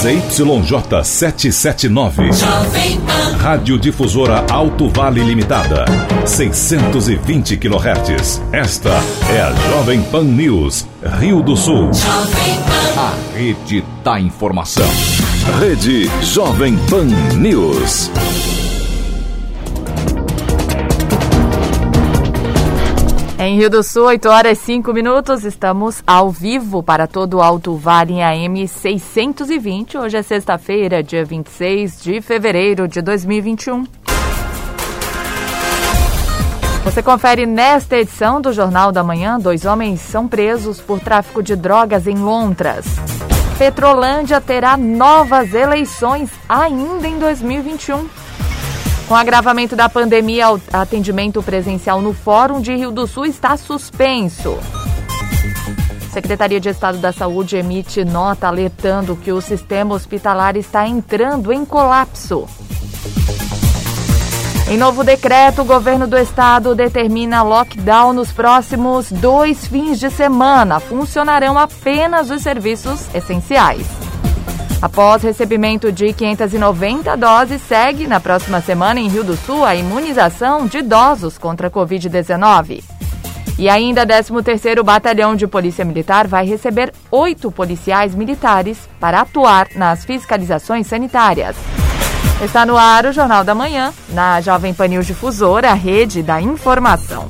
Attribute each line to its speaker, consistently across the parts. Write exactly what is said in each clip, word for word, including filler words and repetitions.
Speaker 1: Z Y J setecentos e setenta e nove. Rádio Difusora Alto Vale Limitada. seiscentos e vinte quilohertz. Esta é a Jovem Pan News, Rio do Sul. A rede da informação. Rede Jovem Pan News.
Speaker 2: Em Rio do Sul, oito horas e cinco minutos, estamos ao vivo para todo o Alto Vale em A M seiscentos e vinte. Hoje é sexta-feira, dia vinte e seis de fevereiro de dois mil e vinte e um. Você confere nesta edição do Jornal da Manhã: dois homens são presos por tráfico de drogas em Lontras. Petrolândia terá novas eleições ainda em dois mil e vinte e um. Com o agravamento da pandemia, o atendimento presencial no Fórum de Rio do Sul está suspenso. Secretaria de Estado da Saúde emite nota alertando que o sistema hospitalar está entrando em colapso. Em novo decreto, o governo do estado determina lockdown nos próximos dois fins de semana. Funcionarão apenas os serviços essenciais. Após recebimento de quinhentas e noventa doses, segue na próxima semana em Rio do Sul a imunização de idosos contra a covid dezenove. E ainda, décimo terceiro Batalhão de Polícia Militar vai receber oito policiais militares para atuar nas fiscalizações sanitárias. Está no ar o Jornal da Manhã, na Jovem Pan News Difusora, a rede da informação.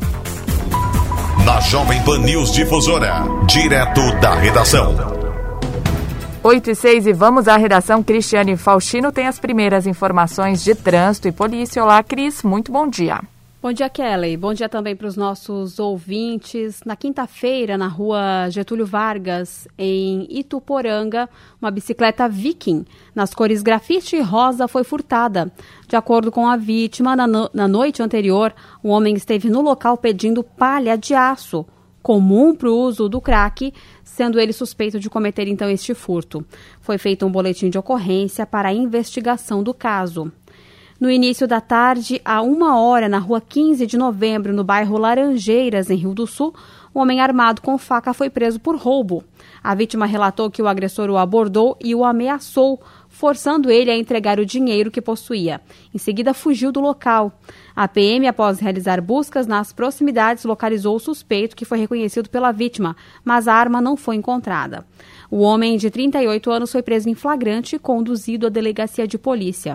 Speaker 1: Na Jovem Pan News Difusora, direto da redação.
Speaker 2: oito e seis e vamos à redação. Cristiane Faustino tem as primeiras informações de trânsito e polícia. Olá, Cris, muito bom dia.
Speaker 3: Bom dia, Kelly. Bom dia também para os nossos ouvintes. Na quinta-feira, na rua Getúlio Vargas, em Ituporanga, uma bicicleta Viking, nas cores grafite e rosa, foi furtada. De acordo com a vítima, na, no- na noite anterior, o homem esteve no local pedindo palha de aço, comum para o uso do crack, sendo ele suspeito de cometer então este furto. Foi feito um boletim de ocorrência para a investigação do caso. No início da tarde, a uma hora, na rua quinze de novembro, no bairro Laranjeiras, em Rio do Sul, um homem armado com faca foi preso por roubo. A vítima relatou que o agressor o abordou e o ameaçou, forçando ele a entregar o dinheiro que possuía. Em seguida, fugiu do local. A P M, após realizar buscas nas proximidades, localizou o suspeito, que foi reconhecido pela vítima, mas a arma não foi encontrada. O homem, de trinta e oito anos, foi preso em flagrante e conduzido à delegacia de polícia.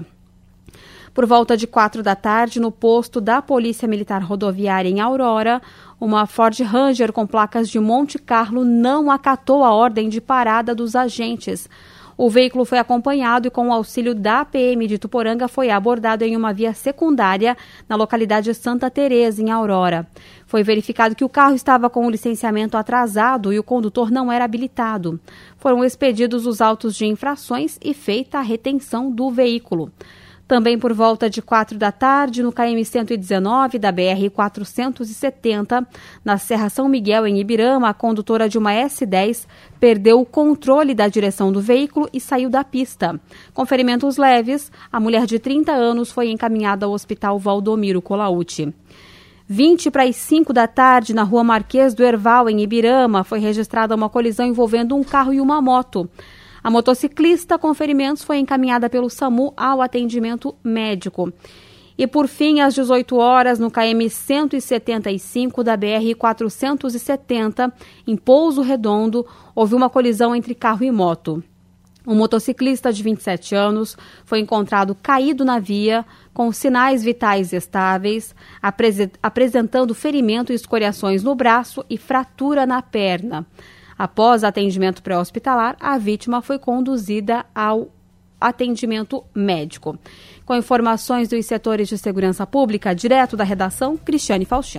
Speaker 3: Por volta de quatro da tarde, no posto da Polícia Militar Rodoviária em Aurora, uma Ford Ranger com placas de Monte Carlo não acatou a ordem de parada dos agentes. O veículo foi acompanhado e, com o auxílio da P M de Ituporanga, foi abordado em uma via secundária na localidade de Santa Teresa, em Aurora. Foi verificado que o carro estava com o licenciamento atrasado e o condutor não era habilitado. Foram expedidos os autos de infrações e feita a retenção do veículo. Também por volta de quatro da tarde, no K M cento e dezenove da B R quatrocentos e setenta, na Serra São Miguel, em Ibirama, a condutora de uma S dez perdeu o controle da direção do veículo e saiu da pista. Com ferimentos leves, a mulher de trinta anos foi encaminhada ao Hospital Valdomiro Colautti. vinte para as cinco da tarde, na rua Marquês do Herval, em Ibirama, foi registrada uma colisão envolvendo um carro e uma moto. A motociclista com ferimentos foi encaminhada pelo SAMU ao atendimento médico. E, por fim, às dezoito horas, no K M cento e setenta e cinco da B R quatrocentos e setenta, em Pouso Redondo, houve uma colisão entre carro e moto. Um motociclista de vinte e sete anos foi encontrado caído na via, com sinais vitais estáveis, apres- apresentando ferimento e escoriações no braço e fratura na perna. Após atendimento pré-hospitalar, a vítima foi conduzida ao atendimento médico. Com informações dos setores de segurança pública, direto da redação, Cristiane Faustino.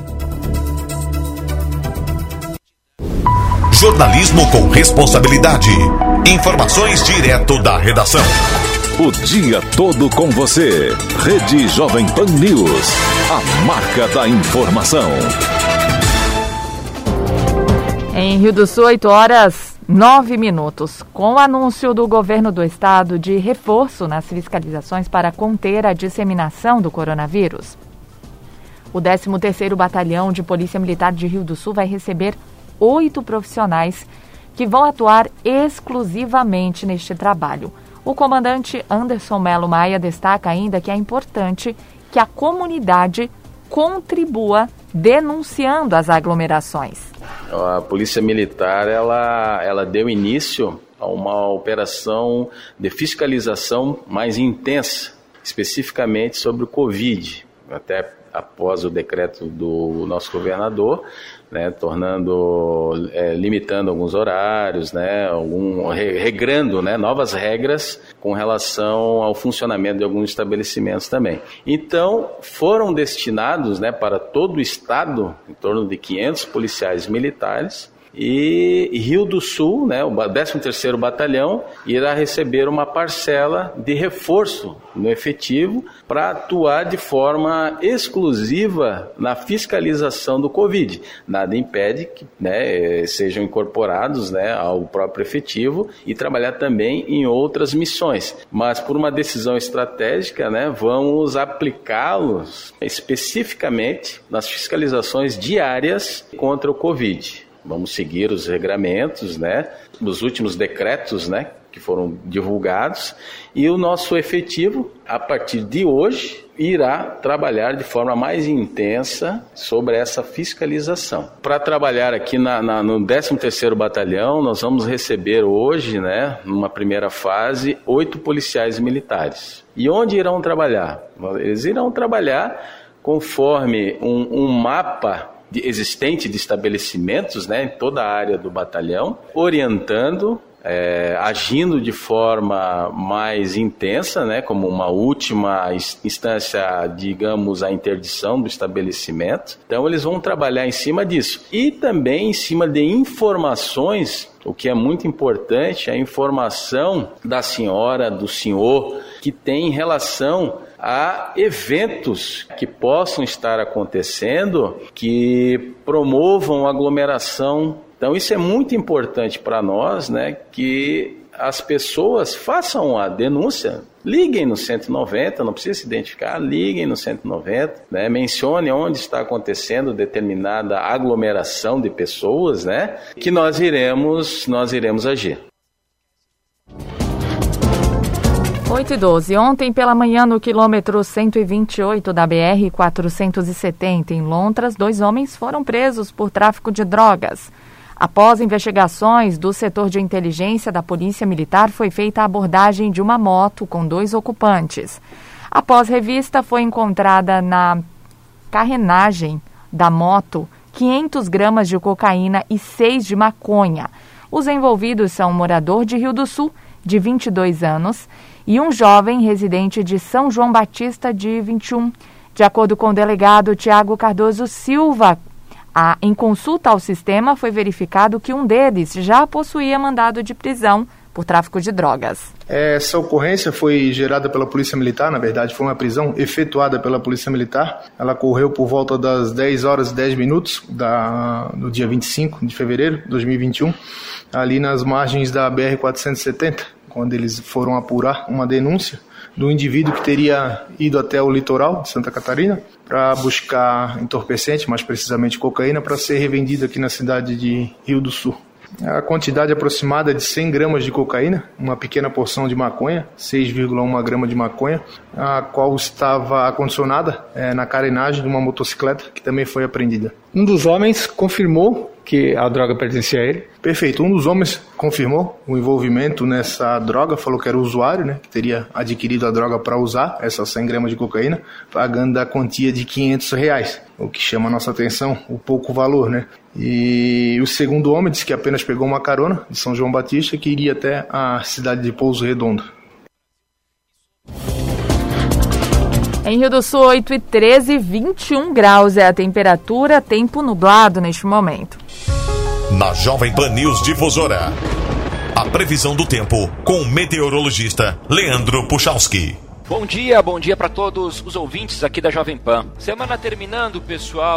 Speaker 1: Jornalismo com responsabilidade. Informações direto da redação. O dia todo com você. Rede Jovem Pan News. A marca da informação.
Speaker 2: Em Rio do Sul, oito horas, nove minutos. Com o anúncio do governo do estado de reforço nas fiscalizações para conter a disseminação do coronavírus, o décimo terceiro Batalhão de Polícia Militar de Rio do Sul vai receber oito profissionais que vão atuar exclusivamente neste trabalho. O comandante Anderson Melo Maia destaca ainda que é importante que a comunidade contribua denunciando as aglomerações.
Speaker 4: A Polícia Militar ela, ela deu início a uma operação de fiscalização mais intensa, especificamente sobre o Covid, até após o decreto do nosso governador, né, tornando, é, limitando alguns horários, né, algum, regrando, né, novas regras com relação ao funcionamento de alguns estabelecimentos também. Então, foram destinados, né, para todo o estado, em torno de quinhentos policiais militares, e Rio do Sul, né, o décimo terceiro Batalhão, irá receber uma parcela de reforço no efetivo para atuar de forma exclusiva na fiscalização do Covid. Nada impede que, né, sejam incorporados, né, ao próprio efetivo e trabalhar também em outras missões. Mas por uma decisão estratégica, né, vamos aplicá-los especificamente nas fiscalizações diárias contra o Covid. Vamos seguir os regramentos, né, dos últimos decretos, né, que foram divulgados, e o nosso efetivo, a partir de hoje, irá trabalhar de forma mais intensa sobre essa fiscalização. Para trabalhar aqui na, na, no décimo terceiro Batalhão, nós vamos receber hoje, né, numa primeira fase, oito policiais militares. E onde irão trabalhar? Eles irão trabalhar conforme um, um mapa De existente de estabelecimentos, né, em toda a área do batalhão, orientando, é, agindo de forma mais intensa, né, como uma última instância, digamos, a interdição do estabelecimento. Então eles vão trabalhar em cima disso e também em cima de informações. O que é muito importante é a informação da senhora, do senhor, que tem relação a eventos que possam estar acontecendo que promovam aglomeração. Então isso é muito importante para nós, né, que as pessoas façam a denúncia, liguem no cento e noventa, não precisa se identificar, liguem no cento e noventa, né, mencione onde está acontecendo determinada aglomeração de pessoas, né, que nós iremos, nós iremos agir.
Speaker 2: oito e doze. Ontem pela manhã, no quilômetro cento e vinte e oito da B R quatrocentos e setenta, em Lontras, dois homens foram presos por tráfico de drogas. Após investigações do setor de inteligência da Polícia Militar, foi feita a abordagem de uma moto com dois ocupantes. Após revista, foi encontrada na carenagem da moto quinhentas gramas de cocaína e seis de maconha. Os envolvidos são um morador de Rio do Sul, de vinte e dois anos, e um jovem residente de São João Batista, de vinte e um. De acordo com o delegado Tiago Cardoso Silva, a, em consulta ao sistema, foi verificado que um deles já possuía mandado de prisão por tráfico de drogas.
Speaker 5: Essa ocorrência foi gerada pela Polícia Militar, na verdade foi uma prisão efetuada pela Polícia Militar. Ela ocorreu por volta das dez horas e dez minutos da, do dia vinte e cinco de fevereiro de dois mil e vinte e um, ali nas margens da B R quatrocentos e setenta, quando eles foram apurar uma denúncia do indivíduo que teria ido até o litoral de Santa Catarina para buscar entorpecente, mais precisamente cocaína, para ser revendido aqui na cidade de Rio do Sul. A quantidade aproximada é de cem gramas de cocaína, uma pequena porção de maconha, seis vírgula um gramas de maconha, a qual estava acondicionada é, na carenagem de uma motocicleta, que também foi apreendida.
Speaker 6: Um dos homens confirmou que a droga pertencia a ele?
Speaker 5: Perfeito. Um dos homens confirmou o envolvimento nessa droga, falou que era o usuário, né, que teria adquirido a droga para usar, essas cem gramas de cocaína, pagando a quantia de quinhentos reais, o que chama a nossa atenção, o pouco valor, né? E o segundo homem disse que apenas pegou uma carona de São João Batista que iria até a cidade de Pouso Redondo.
Speaker 2: Em Rio do Sul, oito e treze, vinte e um graus é a temperatura, tempo nublado neste momento.
Speaker 1: Na Jovem Pan News Difusora, a previsão do tempo com o meteorologista Leandro Puchalski.
Speaker 7: Bom dia, bom dia para todos os ouvintes aqui da Jovem Pan. Semana terminando, pessoal,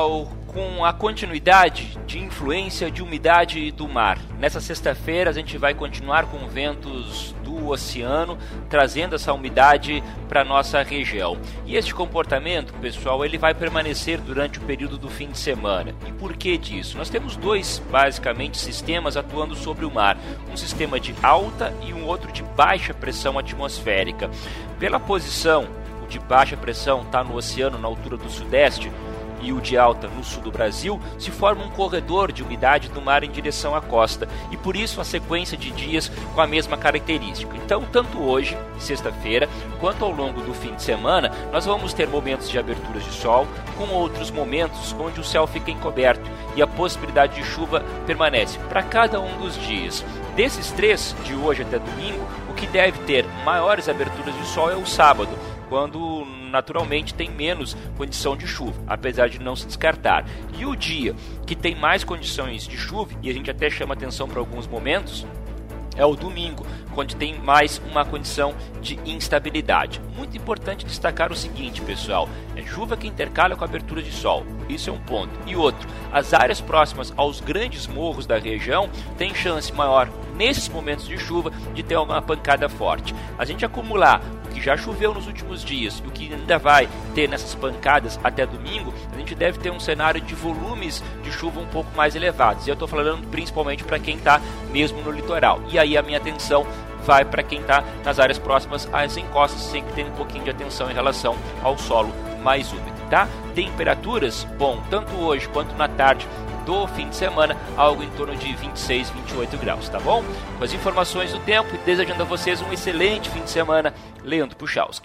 Speaker 7: com a continuidade de influência de umidade do mar. Nessa sexta-feira a gente vai continuar com ventos do oceano, trazendo essa umidade para nossa região. E este comportamento, pessoal, ele vai permanecer durante o período do fim de semana. E por que disso? Nós temos dois, basicamente, sistemas atuando sobre o mar. Um sistema de alta e um outro de baixa pressão atmosférica. Pela posição, o de baixa pressão está no oceano, na altura do sudeste, e o de alta no sul do Brasil, se forma um corredor de umidade do mar em direção à costa, e por isso uma sequência de dias com a mesma característica. Então, tanto hoje, sexta-feira, quanto ao longo do fim de semana, nós vamos ter momentos de aberturas de sol, com outros momentos onde o céu fica encoberto e a possibilidade de chuva permanece para cada um dos dias. Desses três, de hoje até domingo, o que deve ter maiores aberturas de sol é o sábado, quando naturalmente tem menos condição de chuva, apesar de não se descartar. E o dia que tem mais condições de chuva, e a gente até chama atenção para alguns momentos, é o domingo, onde tem mais uma condição de instabilidade. Muito importante destacar o seguinte, pessoal, é chuva que intercala com a abertura de sol, isso é um ponto. E outro, as áreas próximas aos grandes morros da região têm chance maior, nesses momentos de chuva, de ter uma pancada forte. A gente acumular o que já choveu nos últimos dias e o que ainda vai ter nessas pancadas até domingo, a gente deve ter um cenário de volumes de chuva um pouco mais elevados. E eu estou falando principalmente para quem está mesmo no litoral. E aí a minha atenção vai para quem está nas áreas próximas às encostas, sem que tenha um pouquinho de atenção em relação ao solo mais úmido, tá? Temperaturas, bom, tanto hoje quanto na tarde do fim de semana, algo em torno de vinte e seis, vinte e oito graus, tá bom? Com as informações do tempo e desejando a vocês um excelente fim de semana, Leandro Puchalski.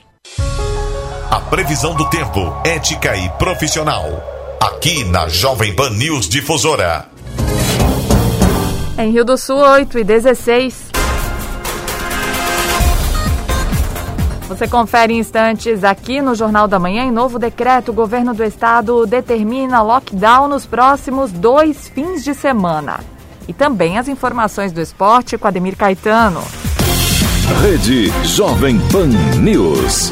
Speaker 1: A previsão do tempo, ética e profissional, aqui na Jovem Pan News Difusora.
Speaker 2: Em Rio do Sul, oito e dezesseis. Você confere em instantes aqui no Jornal da Manhã. Em novo decreto, o governo do estado determina lockdown nos próximos dois fins de semana. E também as informações do esporte com Ademir Caetano.
Speaker 1: Rede Jovem Pan News.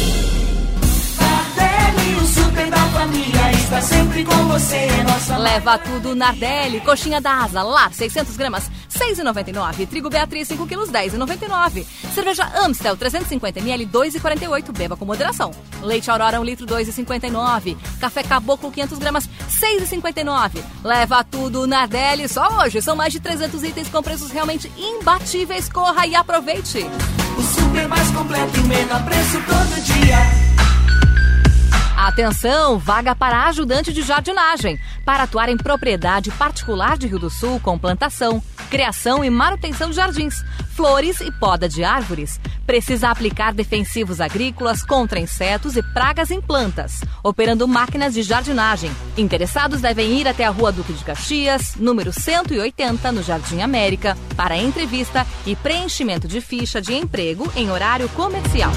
Speaker 8: Está sempre com você, nossa...
Speaker 9: Leva tudo Nardelli, coxinha da Asa, lar, seiscentas gramas, seis reais e noventa e nove centavos. Trigo Beatriz, cinco quilos, dez reais e noventa e nove centavos. Cerveja Amstel, trezentos e cinquenta mililitros, dois reais e quarenta e oito centavos. Beba com moderação. Leite Aurora, um litro, dois reais e cinquenta e nove centavos. Café Caboclo, quinhentas gramas, seis reais e cinquenta e nove centavos. Leva tudo Nardelli, só hoje. São mais de trezentos itens com preços realmente imbatíveis. Corra e aproveite.
Speaker 8: O super mais completo e menor preço todo dia.
Speaker 9: Atenção, vaga para ajudante de jardinagem, para atuar em propriedade particular de Rio do Sul com plantação, criação e manutenção de jardins, flores e poda de árvores. Precisa aplicar defensivos agrícolas contra insetos e pragas em plantas, operando máquinas de jardinagem. Interessados devem ir até a Rua Duque de Caxias, número cento e oitenta, no Jardim América, para entrevista e preenchimento de ficha de emprego em horário comercial.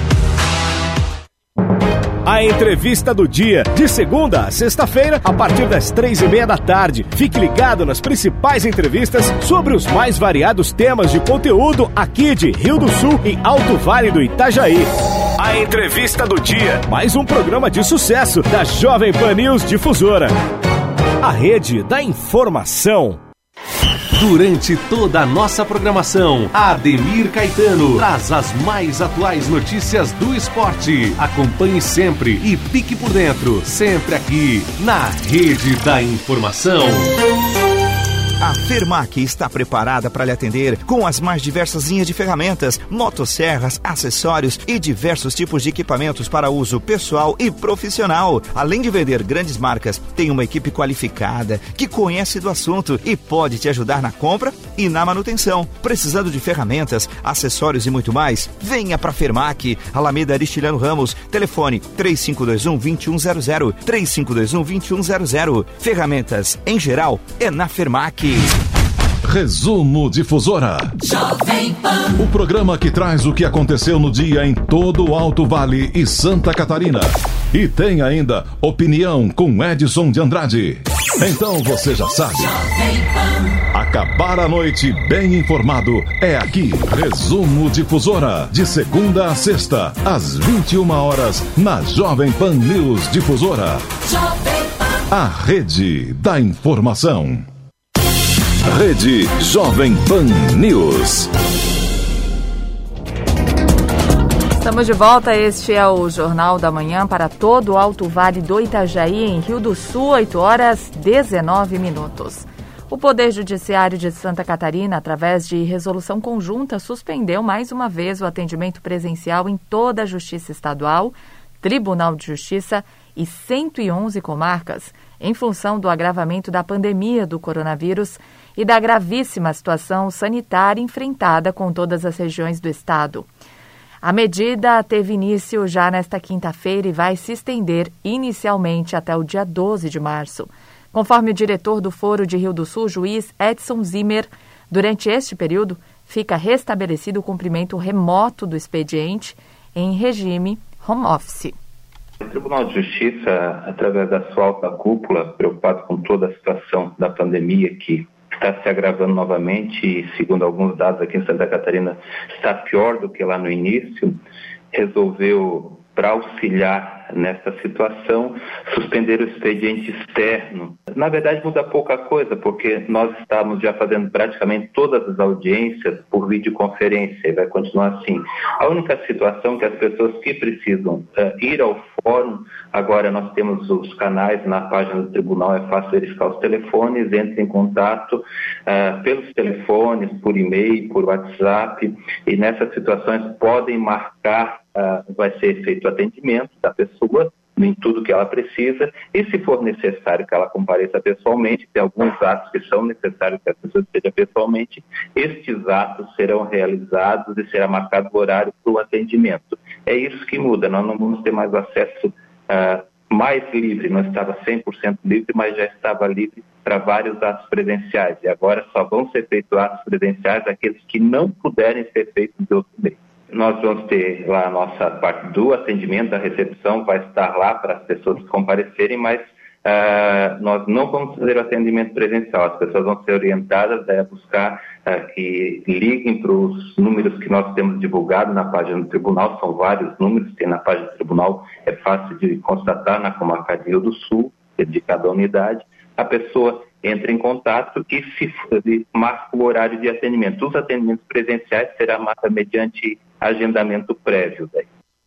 Speaker 10: A entrevista do dia, de segunda a sexta-feira, a partir das três e meia da tarde. Fique ligado nas principais entrevistas sobre os mais variados temas de conteúdo aqui de Rio do Sul e Alto Vale do Itajaí. A entrevista do dia, mais um programa de sucesso da Jovem Pan News Difusora. A rede da informação.
Speaker 11: Durante toda a nossa programação, Ademir Caetano traz as mais atuais notícias do esporte. Acompanhe sempre e fique por dentro, sempre aqui na Rede da Informação.
Speaker 12: A Fermac está preparada para lhe atender com as mais diversas linhas de ferramentas, motosserras, acessórios e diversos tipos de equipamentos para uso pessoal e profissional. Além de vender grandes marcas, tem uma equipe qualificada que conhece do assunto e pode te ajudar na compra e na manutenção. Precisando de ferramentas, acessórios e muito mais? Venha para a Fermac, Alameda Aristiliano Ramos, telefone três cinco dois um, dois um zero zero, três cinco dois um, dois um zero zero. Ferramentas, em geral, é na Fermac.
Speaker 1: Resumo Difusora.
Speaker 8: Jovem Pan.
Speaker 1: O programa que traz o que aconteceu no dia em todo o Alto Vale e Santa Catarina. E tem ainda opinião com Edson de Andrade. Então você já sabe. Acabar a noite bem informado é aqui. Resumo Difusora. De segunda a sexta, às vinte e uma horas, na Jovem Pan News Difusora.
Speaker 8: Jovem Pan.
Speaker 1: A Rede da Informação. Rede Jovem Pan News.
Speaker 2: Estamos de volta, este é o Jornal da Manhã para todo o Alto Vale do Itajaí, em Rio do Sul, oito horas e dezenove minutos. O Poder Judiciário de Santa Catarina, através de resolução conjunta, suspendeu mais uma vez o atendimento presencial em toda a Justiça Estadual, Tribunal de Justiça e cento e onze comarcas, em função do agravamento da pandemia do coronavírus e da gravíssima situação sanitária enfrentada com todas as regiões do estado. A medida teve início já nesta quinta-feira e vai se estender inicialmente até o dia doze de março. Conforme o diretor do Foro de Rio do Sul, juiz Edson Zimmer, durante este período fica restabelecido o cumprimento remoto do expediente em regime home office.
Speaker 13: O Tribunal de Justiça, através da sua alta cúpula, preocupado com toda a situação da pandemia que está se agravando novamente e, segundo alguns dados aqui em Santa Catarina, está pior do que lá no início, resolveu, para auxiliar nessa situação, suspender o expediente externo. Na verdade, muda pouca coisa, porque nós estamos já fazendo praticamente todas as audiências por videoconferência e vai continuar assim. A única situação que as pessoas que precisam uh, ir ao fórum, agora nós temos os canais na página do tribunal, é fácil verificar os telefones, entre em contato uh, pelos telefones, por e-mail, por WhatsApp, e nessas situações podem marcar, uh, vai ser feito o atendimento da pessoa em tudo que ela precisa, e se for necessário que ela compareça pessoalmente, tem alguns atos que são necessários que a pessoa esteja pessoalmente, estes atos serão realizados e será marcado o horário para o atendimento. É isso que muda, nós não vamos ter mais acesso uh, mais livre, não estava cem por cento livre, mas já estava livre para vários atos presenciais, e agora só vão ser feitos atos presenciais aqueles que não puderem ser feitos de outro meio. Nós vamos ter lá a nossa parte do atendimento, da recepção, vai estar lá para as pessoas comparecerem, mas uh, nós não vamos fazer o atendimento presencial. As pessoas vão ser orientadas a buscar uh, que liguem para os números que nós temos divulgado na página do tribunal, são vários números, tem na página do tribunal, é fácil de constatar na comarca de Rio do Sul, de cada unidade. A pessoa entra em contato e se marca o horário de atendimento. Os atendimentos presenciais será marcado mediante agendamento prévio. Daí.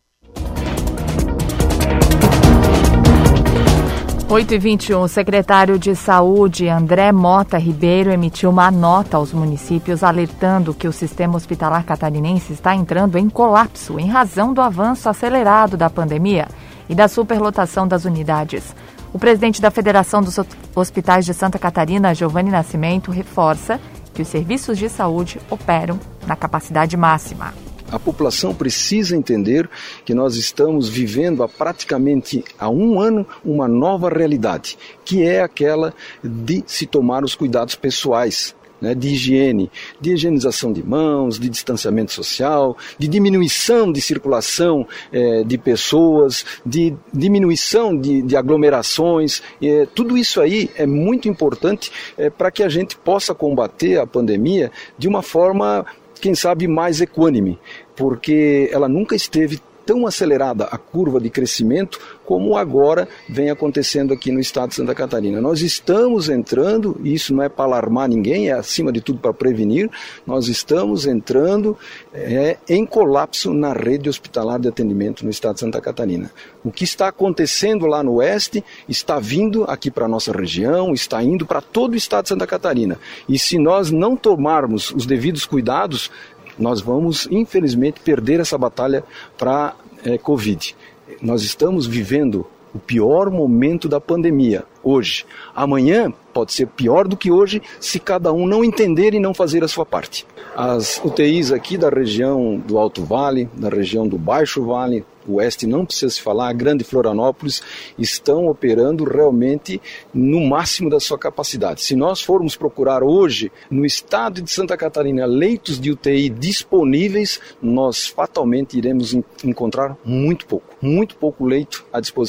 Speaker 2: oito e vinte e um, o secretário de Saúde, André Mota Ribeiro, emitiu uma nota aos municípios alertando que o sistema hospitalar catarinense está entrando em colapso em razão do avanço acelerado da pandemia e da superlotação das unidades. O presidente da Federação dos Hospitais de Santa Catarina, Giovanni Nascimento, reforça que os serviços de saúde operam na capacidade máxima.
Speaker 14: A população precisa entender que nós estamos vivendo há praticamente há um ano uma nova realidade, que é aquela de se tomar os cuidados pessoais, né, de higiene, de higienização de mãos, de distanciamento social, de diminuição de circulação eh, de pessoas, de diminuição de, de aglomerações. Eh, tudo isso aí é muito importante eh, para que a gente possa combater a pandemia de uma forma, quem sabe, mais equânime, porque ela nunca esteve tão acelerada a curva de crescimento como agora vem acontecendo aqui no estado de Santa Catarina. Nós estamos entrando, e isso não é para alarmar ninguém, é acima de tudo para prevenir, nós estamos entrando é, em colapso na rede hospitalar de atendimento no estado de Santa Catarina. O que está acontecendo lá no oeste está vindo aqui para a nossa região, está indo para todo o estado de Santa Catarina. E se nós não tomarmos os devidos cuidados, nós vamos, infelizmente, perder essa batalha para a Covid. Nós estamos vivendo o pior momento da pandemia hoje. Amanhã pode ser pior do que hoje se cada um não entender e não fazer a sua parte. As U T Is aqui da região do Alto Vale, da região do Baixo Vale, o Oeste não precisa se falar, a Grande Florianópolis, estão operando realmente no máximo da sua capacidade. Se nós formos procurar hoje, no estado de Santa Catarina, leitos de U T I disponíveis, nós fatalmente iremos encontrar muito pouco, muito pouco leito à disposição.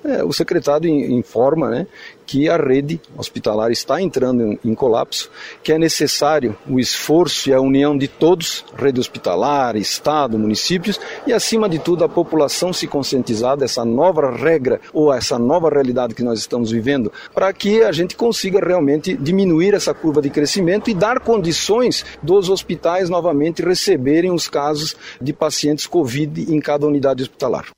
Speaker 14: é, o secretário informa, né, que a rede hospitalar está entrando em, em colapso, que é necessário o esforço e a união de todos, rede hospitalar, Estado, municípios, e acima de tudo a população se conscientizar dessa nova regra ou essa nova realidade que nós estamos vivendo, para que a gente consiga realmente diminuir essa curva de crescimento e dar condições dos hospitais novamente receberem os casos de pacientes Covid em cada unidade hospitalar.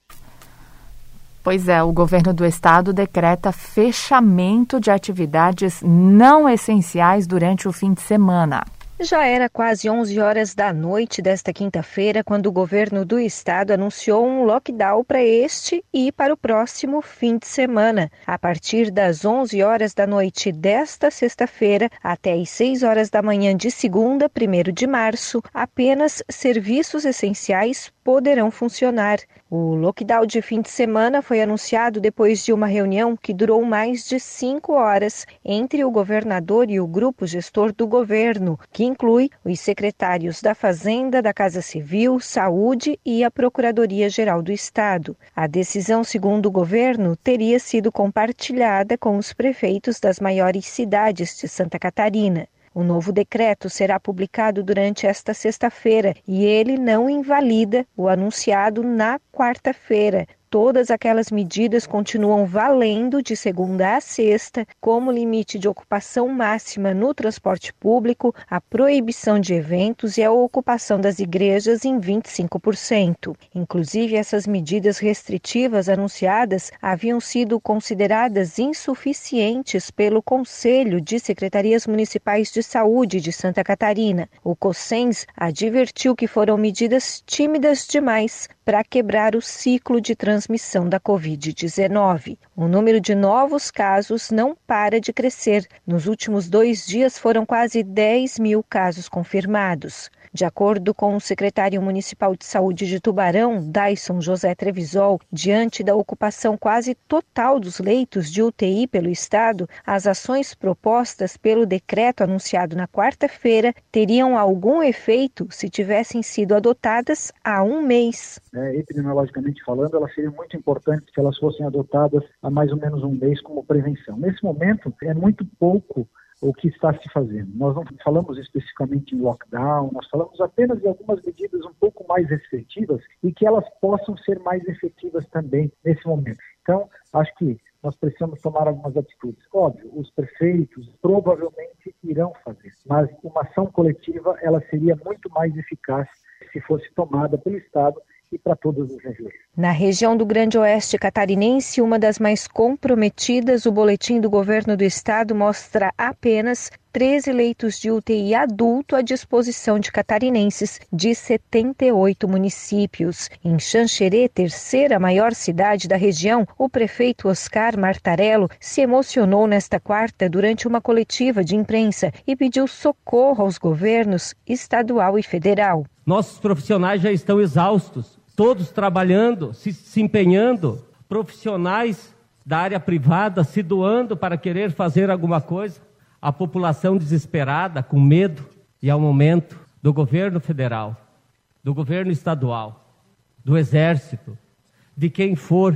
Speaker 2: Pois é, o governo do estado decreta fechamento de atividades não essenciais durante o fim de semana.
Speaker 15: Já era quase onze horas da noite desta quinta-feira quando o governo do estado anunciou um lockdown para este e para o próximo fim de semana. A partir das onze horas da noite desta sexta-feira até as seis horas da manhã de segunda, primeiro de março, apenas serviços essenciais poderão funcionar. O lockdown de fim de semana foi anunciado depois de uma reunião que durou mais de cinco horas entre o governador e o grupo gestor do governo, que inclui os secretários da Fazenda, da Casa Civil, Saúde e a Procuradoria-Geral do Estado. A decisão, segundo o governo, teria sido compartilhada com os prefeitos das maiores cidades de Santa Catarina. O novo decreto será publicado durante esta sexta-feira e ele não invalida o anunciado na quarta-feira. Todas aquelas medidas continuam valendo de segunda a sexta, como limite de ocupação máxima no transporte público, a proibição de eventos e a ocupação das igrejas em vinte e cinco por cento. Inclusive, essas medidas restritivas anunciadas haviam sido consideradas insuficientes pelo Conselho de Secretarias Municipais de Saúde de Santa Catarina. O COSENS advertiu que foram medidas tímidas demais para quebrar o ciclo de transmissão da covid dezenove. O número de novos casos não para de crescer. Nos últimos dois dias foram quase dez mil casos confirmados. De acordo com o secretário municipal de saúde de Tubarão, Dyson José Trevisol, diante da ocupação quase total dos leitos de U T I pelo estado, as ações propostas pelo decreto anunciado na quarta-feira teriam algum efeito se tivessem sido adotadas há um mês.
Speaker 16: É, epidemiologicamente falando, elas seriam muito importantes se elas fossem adotadas há mais ou menos um mês como prevenção. Nesse momento, é muito pouco o que está se fazendo. Nós não falamos especificamente em lockdown, nós falamos apenas de algumas medidas um pouco mais efetivas e que elas possam ser mais efetivas também nesse momento. Então, acho que nós precisamos tomar algumas atitudes. Óbvio, os prefeitos provavelmente irão fazer, mas uma ação coletiva ela seria muito mais eficaz se fosse tomada pelo Estado e para todas as regiões.
Speaker 15: Na região do Grande Oeste catarinense, uma das mais comprometidas, o boletim do governo do estado mostra apenas treze leitos de U T I adulto à disposição de catarinenses de setenta e oito municípios. Em Xanxerê, terceira maior cidade da região, o prefeito Oscar Martarello se emocionou nesta quarta durante uma coletiva de imprensa e pediu socorro aos governos estadual e federal.
Speaker 17: Nossos profissionais já estão exaustos, todos trabalhando, se, se empenhando, profissionais da área privada se doando para querer fazer alguma coisa. A população desesperada, com medo, e ao momento do governo federal, do governo estadual, do Exército, de quem for,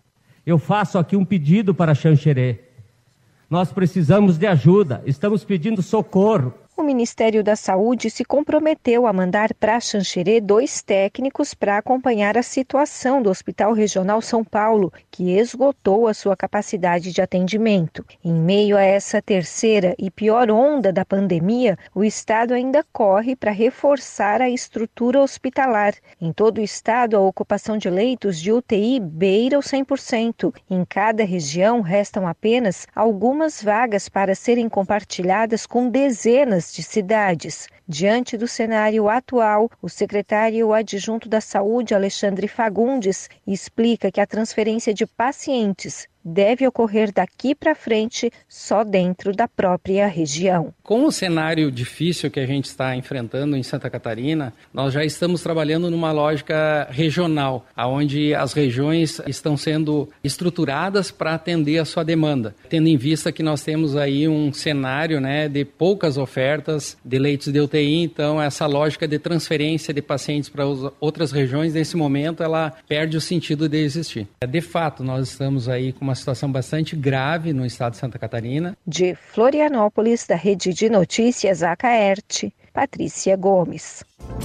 Speaker 17: eu faço aqui um pedido para Xanxerê. Nós precisamos de ajuda, estamos pedindo socorro.
Speaker 15: O Ministério da Saúde se comprometeu a mandar para Xanxerê dois técnicos para acompanhar a situação do Hospital Regional São Paulo, que esgotou a sua capacidade de atendimento. Em meio a essa terceira e pior onda da pandemia, o Estado ainda corre para reforçar a estrutura hospitalar. Em todo o Estado, a ocupação de leitos de U T I beira o cem por cento. Em cada região, restam apenas algumas vagas para serem compartilhadas com dezenas de cidades. Diante do cenário atual, o secretário adjunto da Saúde, Alexandre Fagundes, explica que a transferência de pacientes deve ocorrer daqui para frente só dentro da própria região.
Speaker 18: Com o cenário difícil que a gente está enfrentando em Santa Catarina, nós já estamos trabalhando numa lógica regional, onde as regiões estão sendo estruturadas para atender a sua demanda, tendo em vista que nós temos aí um cenário, né, de poucas ofertas de leitos de U T I, então essa lógica de transferência de pacientes para outras regiões, nesse momento, ela perde o sentido de existir. De fato, nós estamos aí com uma situação bastante grave no estado de Santa Catarina.
Speaker 15: De Florianópolis, da Rede de Notícias Acaerte, Patrícia Gomes.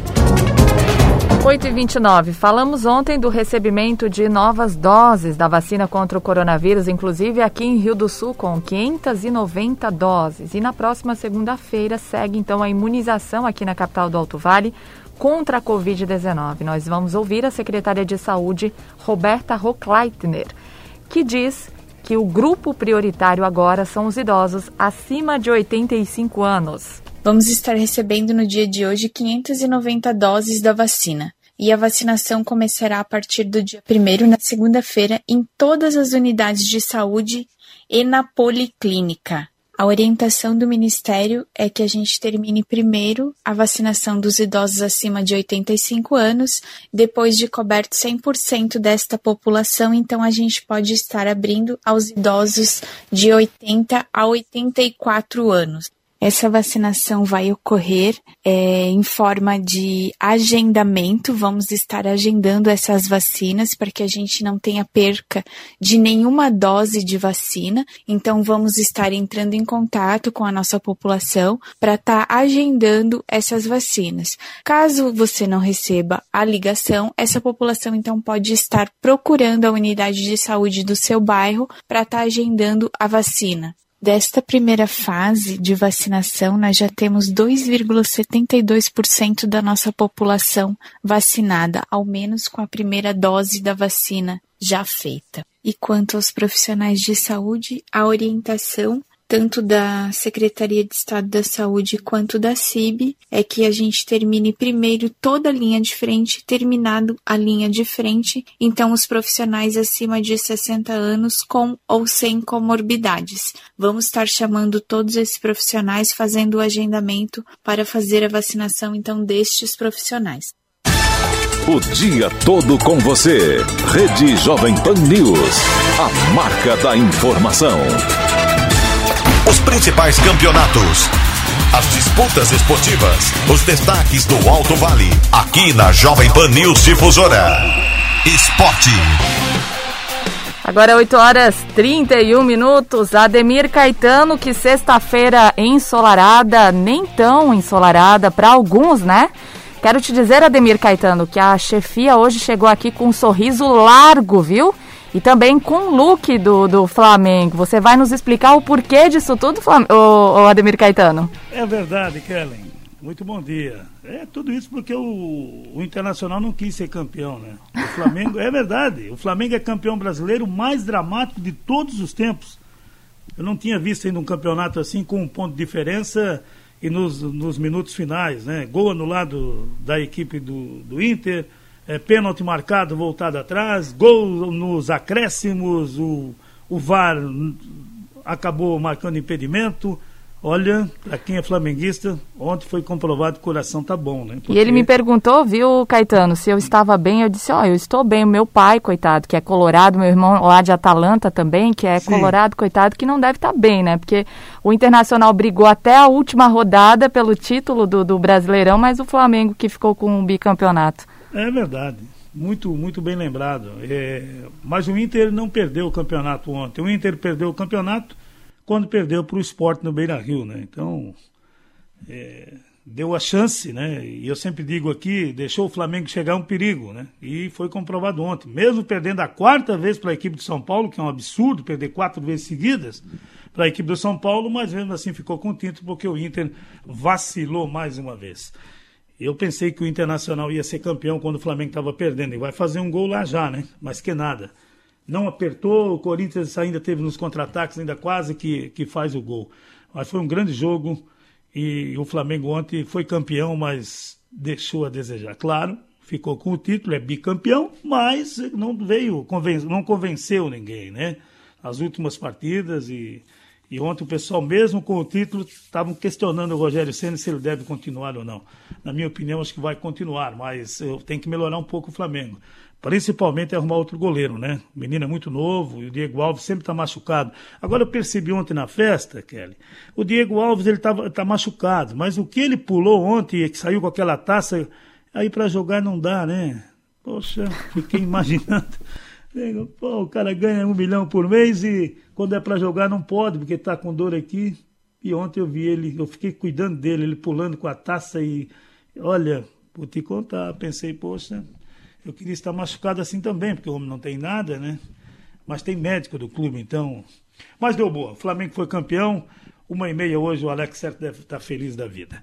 Speaker 2: oito e vinte e nove. Falamos ontem do recebimento de novas doses da vacina contra o coronavírus, inclusive aqui em Rio do Sul, com quinhentas e noventa doses. E na próxima segunda-feira segue, então, a imunização aqui na capital do Alto Vale contra a covid dezenove. Nós vamos ouvir a secretária de Saúde, Roberta Hochleitner, que diz que o grupo prioritário agora são os idosos acima de oitenta e cinco anos.
Speaker 19: Vamos estar recebendo no dia de hoje quinhentas e noventa doses da vacina. E a vacinação começará a partir do dia primeiro, na segunda-feira, em todas as unidades de saúde e na policlínica. A orientação do Ministério é que a gente termine primeiro a vacinação dos idosos acima de oitenta e cinco anos, depois de coberto cem por cento desta população, então a gente pode estar abrindo aos idosos de oitenta a oitenta e quatro anos. Essa vacinação vai ocorrer é, em forma de agendamento. Vamos estar agendando essas vacinas para que a gente não tenha perca de nenhuma dose de vacina. Então, vamos estar entrando em contato com a nossa população para estar tá agendando essas vacinas. Caso você não receba a ligação, essa população então pode estar procurando a unidade de saúde do seu bairro para estar tá agendando a vacina. Desta primeira fase de vacinação, nós já temos dois vírgula setenta e dois por cento da nossa população vacinada, ao menos com a primeira dose da vacina já feita. E quanto aos profissionais de saúde, a orientação tanto da Secretaria de Estado da Saúde quanto da C I B, é que a gente termine primeiro toda a linha de frente, terminado a linha de frente, então os profissionais acima de sessenta anos com ou sem comorbidades. Vamos estar chamando todos esses profissionais, fazendo o agendamento para fazer a vacinação, então, destes profissionais.
Speaker 1: O dia todo com você. Rede Jovem Pan News, a marca da informação.
Speaker 20: Os principais campeonatos, as disputas esportivas, os destaques do Alto Vale, aqui na Jovem Pan News Difusora. Esporte.
Speaker 2: Agora oito horas e trinta e um minutos. Ademir Caetano, que sexta-feira ensolarada, nem tão ensolarada para alguns, né? Quero te dizer, Ademir Caetano, que a chefia hoje chegou aqui com um sorriso largo, viu? E também com o look do, do Flamengo. Você vai nos explicar o porquê disso tudo, Flam... ô, ô Ademir Caetano?
Speaker 21: É verdade, Kellen. Muito bom dia. É tudo isso porque o, o Internacional não quis ser campeão, né? O Flamengo, é verdade, o Flamengo é campeão brasileiro mais dramático de todos os tempos. Eu não tinha visto ainda um campeonato assim com um ponto de diferença e nos, nos minutos finais, né? Gol anulado da equipe do, do Inter, É, pênalti marcado, voltado atrás, gol nos acréscimos, o, o V A R acabou marcando impedimento. Olha, para quem é flamenguista, ontem foi comprovado que o coração tá bom, né? Porque...
Speaker 2: E ele me perguntou, viu, Caetano, se eu estava bem. Eu disse, ó, oh, eu estou bem. O meu pai, coitado, que é colorado, meu irmão lá de Atalanta também, que é Sim. colorado, coitado, que não deve estar tá bem, né? Porque o Internacional brigou até a última rodada pelo título do, do Brasileirão, mas o Flamengo que ficou com o bicampeonato.
Speaker 21: É verdade, muito, muito bem lembrado. É, mas o Inter não perdeu o campeonato ontem. O Inter perdeu o campeonato quando perdeu para o Sport no Beira-Rio, né? Então, é, deu a chance, né? E eu sempre digo aqui, deixou o Flamengo chegar a um perigo, né? E foi comprovado ontem. Mesmo perdendo a quarta vez para a equipe de São Paulo, que é um absurdo perder quatro vezes seguidas para a equipe do São Paulo, mas mesmo assim ficou com o título porque o Inter vacilou mais uma vez. Eu pensei que o Internacional ia ser campeão quando o Flamengo estava perdendo. E vai fazer um gol lá já, né? Mas que nada. Não apertou, o Corinthians ainda teve nos contra-ataques, ainda quase que, que faz o gol. Mas foi um grande jogo e o Flamengo ontem foi campeão, mas deixou a desejar. Claro, ficou com o título, é bicampeão, mas não veio, conven- não convenceu ninguém, né? as últimas partidas e, e ontem o pessoal, mesmo com o título, estavam questionando o Rogério Ceni se ele deve continuar ou não. Na minha opinião, acho que vai continuar, mas eu tenho que melhorar um pouco o Flamengo. Principalmente arrumar outro goleiro, né? O menino é muito novo e o Diego Alves sempre está machucado. Agora eu percebi ontem na festa, Kelly, o Diego Alves ele está tá machucado, mas o que ele pulou ontem, que saiu com aquela taça, aí para jogar não dá, né? Poxa, fiquei imaginando. Pô, o cara ganha um milhão por mês e quando é para jogar não pode, porque está com dor aqui. E ontem eu vi ele, eu fiquei cuidando dele, ele pulando com a taça e, olha, vou te contar, pensei, poxa... Eu queria estar machucado assim também, porque o homem não tem nada, né? Mas tem médico do clube, então... Mas deu boa. O Flamengo foi campeão. Uma e meia hoje, o Alex Certo deve estar feliz da vida.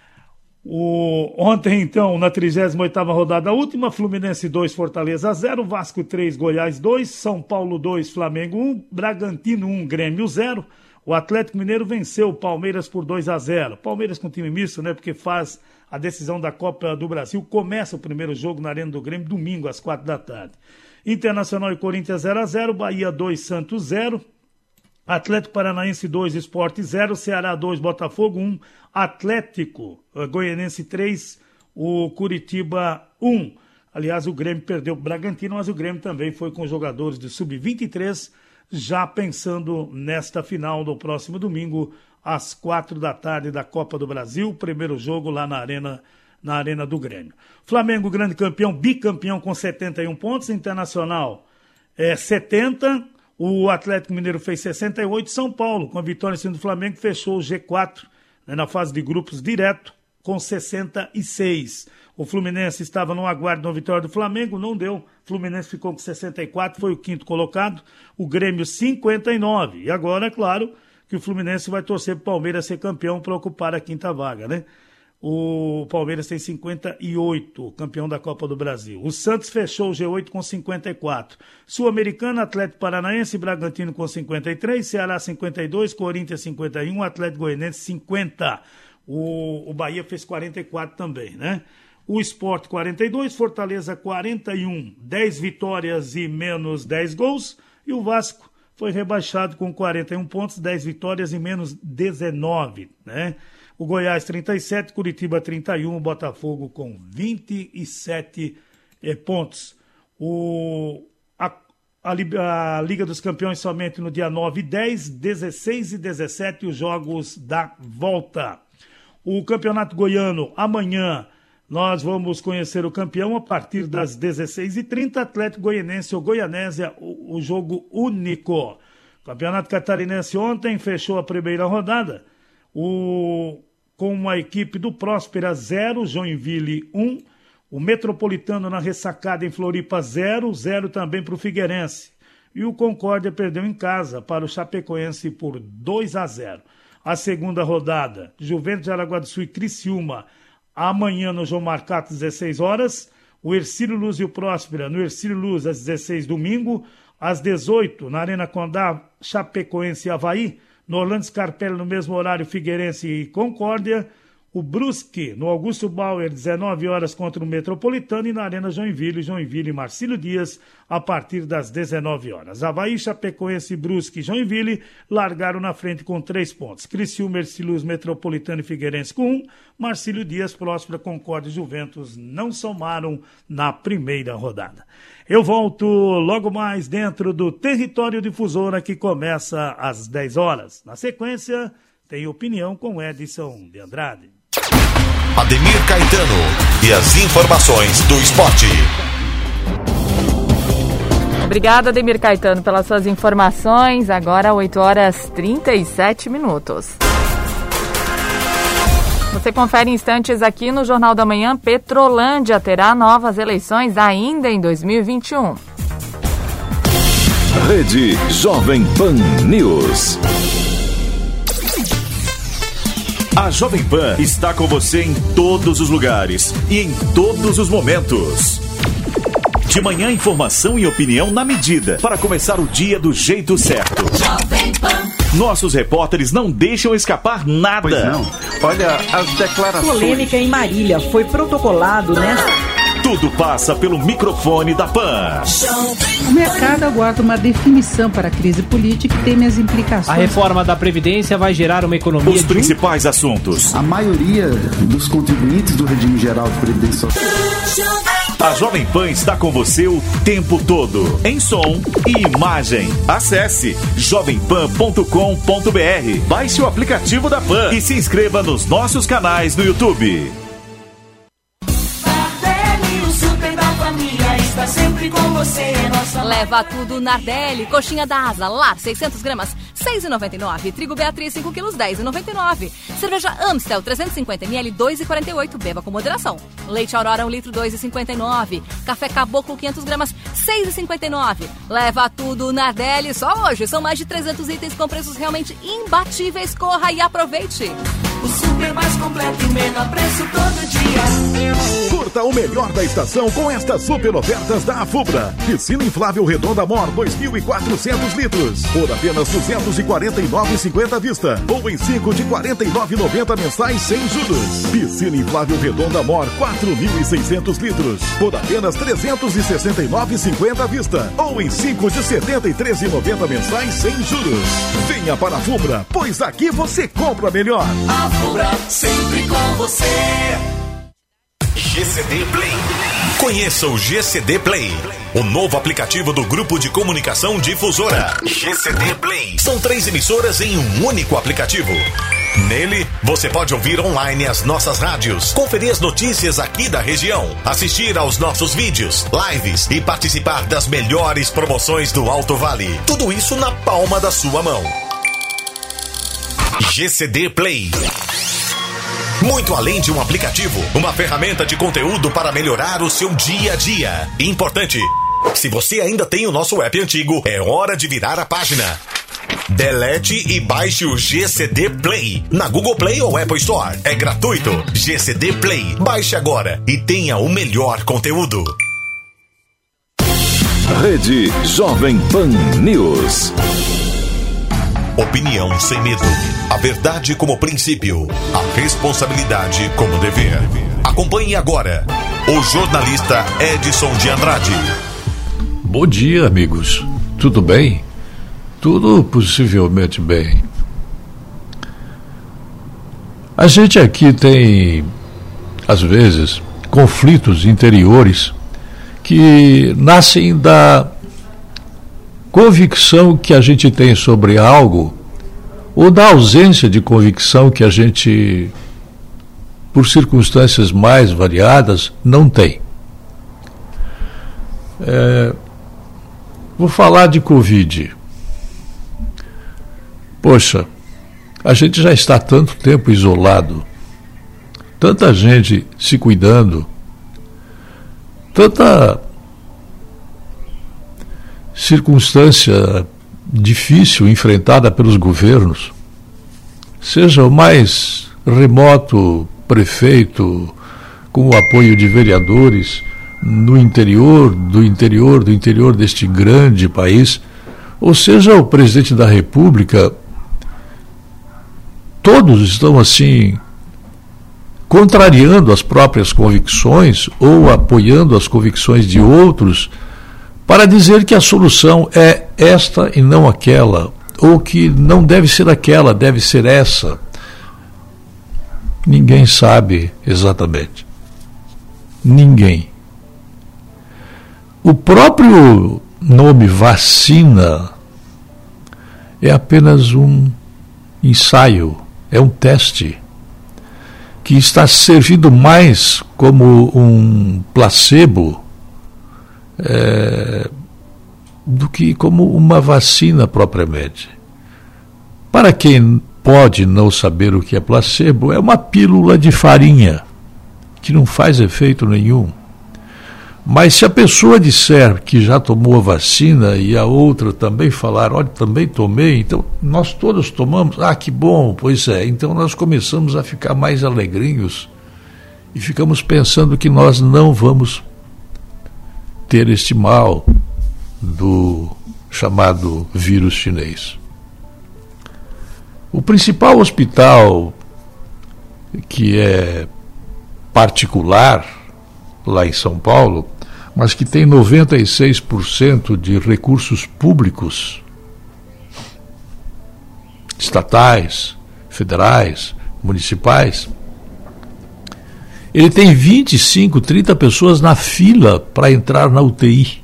Speaker 21: O... Ontem, então, na trigésima oitava rodada, a última, Fluminense dois, Fortaleza zero, Vasco três, Goiás dois, São Paulo dois, Flamengo um, Bragantino um, Grêmio zero. O Atlético Mineiro venceu o Palmeiras por dois a zero. Palmeiras com time misto, né? Porque faz... A decisão da Copa do Brasil começa o primeiro jogo na Arena do Grêmio, domingo, às quatro da tarde. Internacional e Corinthians zero a zero, Bahia dois, Santos zero, Atlético Paranaense dois, Sport zero, Ceará dois, Botafogo um, Atlético Goianense três, o Curitiba um. Aliás, o Grêmio perdeu o Bragantino, mas o Grêmio também foi com jogadores de sub vinte e três, já pensando nesta final do próximo domingo, às quatro da tarde da Copa do Brasil, primeiro jogo lá na Arena, na Arena do Grêmio. Flamengo, grande campeão, bicampeão com setenta e um pontos, Internacional é, setenta, o Atlético Mineiro fez sessenta e oito, São Paulo, com a vitória em cima do Flamengo, fechou o G quatro, né, na fase de grupos direto, com sessenta e seis. O Fluminense estava no aguardo da vitória do Flamengo, não deu. O Fluminense ficou com sessenta e quatro, foi o quinto colocado, o Grêmio cinquenta e nove. E agora, é claro... que o Fluminense vai torcer para o Palmeiras ser campeão para ocupar a quinta vaga, né? O Palmeiras tem cinquenta e oito, campeão da Copa do Brasil. O Santos fechou o G oito com cinquenta e quatro. Sul-Americana, Atlético Paranaense, Bragantino com cinquenta e três, Ceará cinquenta e dois, Corinthians cinquenta e um, Atlético Goianense cinquenta. O, o Bahia fez quarenta e quatro também, né? O Sport quarenta e dois, Fortaleza quarenta e um, dez vitórias e menos dez gols. E o Vasco foi rebaixado com quarenta e um pontos, dez vitórias e menos dezenove, né? O Goiás trinta e sete, Curitiba trinta e um, o Botafogo com vinte e sete eh, pontos. O, a, a, a Liga dos Campeões somente no dia nove e dez, dezesseis e dezessete os jogos da volta. O Campeonato Goiano, amanhã, nós vamos conhecer o campeão a partir das dezesseis e trinta, Atlético Goianense ou Goianésia, o, o jogo único. Campeonato Catarinense ontem fechou a primeira rodada o, com uma equipe do Próspera zero, Joinville um, o Metropolitano na ressacada em Floripa zero, zero também para o Figueirense. E o Concórdia perdeu em casa para o Chapecoense por dois a zero. A segunda rodada, Juventus de Araguá do Sul e Criciúma, amanhã no João Marcato, às dezesseis horas, o Hercílio Luz e o Próspera, no Hercílio Luz, às dezesseis, domingo, às dezoito, na Arena Condá, Chapecoense e Avaí, no Orlando Scarpelli, no mesmo horário, Figueirense e Concórdia, o Brusque, no Augusto Bauer, dezenove horas contra o Metropolitano, e na Arena Joinville, Joinville e Marcílio Dias, a partir das dezenove horas. Avaí, Chapecoense, Brusque e Joinville largaram na frente com três pontos. Criciúma, Hercílio, Metropolitano e Figueirense com um. Marcílio Dias, Próspera, Concórdia e Juventus não somaram na primeira rodada. Eu volto logo mais dentro do Território Difusora, que começa às dez horas. Na sequência, tem opinião com Edson de Andrade.
Speaker 20: Ademir Caetano e as informações do esporte.
Speaker 2: Obrigada, Ademir Caetano, pelas suas informações. Agora, oito horas e trinta e sete minutos. Você confere instantes aqui no Jornal da Manhã. Petrolândia terá novas eleições ainda em dois mil e vinte e um.
Speaker 1: Rede Jovem Pan News. A Jovem Pan está com você em todos os lugares e em todos os momentos. De manhã, informação e opinião na medida, para começar o dia do jeito certo. Jovem Pan. Nossos repórteres não deixam escapar nada.
Speaker 3: Pois não. Olha, as declarações...
Speaker 22: Polêmica em Marília foi protocolado nesta...
Speaker 1: Tudo passa pelo microfone da Pan.
Speaker 3: O mercado aguarda uma definição para a crise política e teme as implicações.
Speaker 22: A reforma da Previdência vai gerar uma economia...
Speaker 1: Os principais assuntos.
Speaker 23: A maioria dos contribuintes do regime geral de previdência social.
Speaker 1: A Jovem Pan está com você o tempo todo, em som e imagem. Acesse jovem pan ponto com ponto b r, baixe o aplicativo da Pan e se inscreva nos nossos canais no YouTube.
Speaker 8: Está sempre com você, nossa...
Speaker 9: Leva tudo Nardelli, coxinha da Asa, lar, seiscentas gramas, seis reais e noventa e nove centavos. Trigo Beatriz, cinco quilos, dez reais e noventa e nove centavos. Cerveja Amstel, trezentos e cinquenta mililitros, dois reais e quarenta e oito centavos. Beba com moderação. Leite Aurora, um litro, dois reais e cinquenta e nove centavos. Café Caboclo, quinhentas gramas, seis reais e cinquenta e nove centavos. Leva tudo Nardelli, só hoje. São mais de trezentos itens com preços realmente imbatíveis. Corra e aproveite.
Speaker 8: O super mais completo e menor preço todo dia.
Speaker 24: Curta o melhor da estação com estas super ofertas da Afubra. Piscina inflável Redonda Mor, dois mil e quatrocentos litros, por apenas duzentos e quarenta e nove reais e cinquenta centavos à vista, ou em cinco de quarenta e nove reais e noventa centavos mensais sem juros. Piscina inflável Redonda Mor, quatro mil e seiscentos litros, por apenas trezentos e sessenta e nove reais e cinquenta centavos à vista, ou em cinco de setenta e três reais e noventa centavos mensais sem juros. Venha para a Afubra, pois aqui você compra melhor.
Speaker 8: Afubra, sempre com você.
Speaker 20: G C D Play. Conheça o G C D Play, o novo aplicativo do Grupo de Comunicação Difusora. G C D Play. São três emissoras em um único aplicativo. Nele, você pode ouvir online as nossas rádios, conferir as notícias aqui da região, assistir aos nossos vídeos, lives e participar das melhores promoções do Alto Vale. Tudo isso na palma da sua mão. G C D Play. Muito além de um aplicativo, uma ferramenta de conteúdo para melhorar o seu dia a dia. Importante, se você ainda tem o nosso app antigo, é hora de virar a página. Delete e baixe o G C D Play na Google Play ou Apple Store. É gratuito. G C D Play. Baixe agora e tenha o melhor conteúdo.
Speaker 1: Rede Jovem Pan News.
Speaker 20: Opinião sem medo. A verdade como princípio. A responsabilidade como dever. Acompanhe agora o jornalista Edson de Andrade.
Speaker 25: Bom dia, amigos. Tudo bem? Tudo possivelmente bem. A gente aqui tem, às vezes, conflitos interiores que nascem da convicção que a gente tem sobre algo ou da ausência de convicção que a gente, por circunstâncias mais variadas, não tem. É, vou falar de Covid. Poxa, a gente já está tanto tempo isolado, tanta gente se cuidando, tanta circunstância difícil enfrentada pelos governos, seja o mais remoto prefeito com o apoio de vereadores no interior, do interior, do interior deste grande país, ou seja o presidente da República, todos estão assim contrariando as próprias convicções ou apoiando as convicções de outros para dizer que a solução é esta e não aquela, ou que não deve ser aquela, deve ser essa. Ninguém sabe exatamente. Ninguém. O próprio nome vacina é apenas um ensaio, é um teste que está servindo mais como um placebo É, do que como uma vacina propriamente. Para quem pode não saber o que é placebo, é uma pílula de farinha que não faz efeito nenhum. Mas se a pessoa disser que já tomou a vacina e a outra também falar, olha, também tomei, então nós todos tomamos, ah, que bom, pois é, então nós começamos a ficar mais alegrinhos e ficamos pensando que nós não vamos ter este mal do chamado vírus chinês. O principal hospital, que é particular, lá em São Paulo, mas que tem noventa e seis por cento de recursos públicos, estatais, federais, municipais, ele tem vinte e cinco, trinta pessoas na fila para entrar na U T I.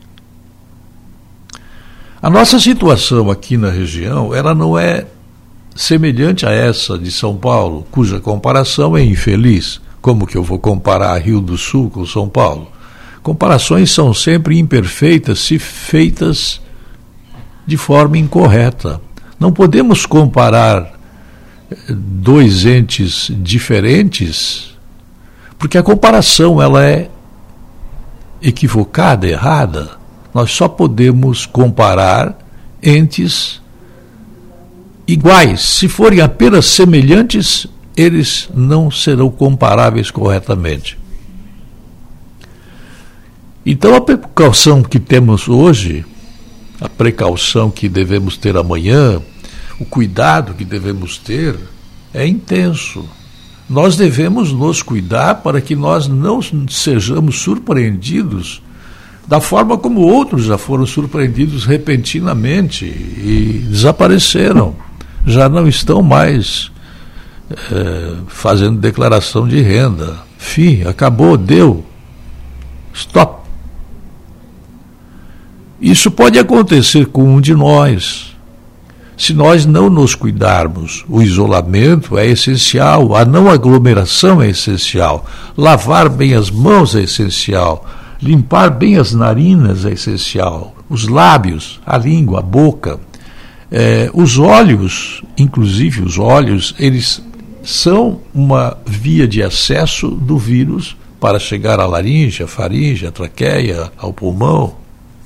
Speaker 25: A nossa situação aqui na região, ela não é semelhante a essa de São Paulo, cuja comparação é infeliz. Como que eu vou comparar Rio do Sul com São Paulo? Comparações são sempre imperfeitas se feitas de forma incorreta. Não podemos comparar dois entes diferentes, porque a comparação ela é equivocada, errada. Nós só podemos comparar entes iguais. Se forem apenas semelhantes, eles não serão comparáveis corretamente. Então a precaução que temos hoje, a precaução que devemos ter amanhã, o cuidado que devemos ter é intenso. Nós devemos nos cuidar para que nós não sejamos surpreendidos da forma como outros já foram surpreendidos repentinamente e desapareceram. Já não estão mais é, fazendo declaração de renda. Fim, acabou, deu. Stop. Isso pode acontecer com um de nós. Se nós não nos cuidarmos, o isolamento é essencial, a não aglomeração é essencial, lavar bem as mãos é essencial, limpar bem as narinas é essencial, os lábios, a língua, a boca, eh, os olhos, inclusive os olhos, eles são uma via de acesso do vírus para chegar à laringe, à faringe, à traqueia, ao pulmão.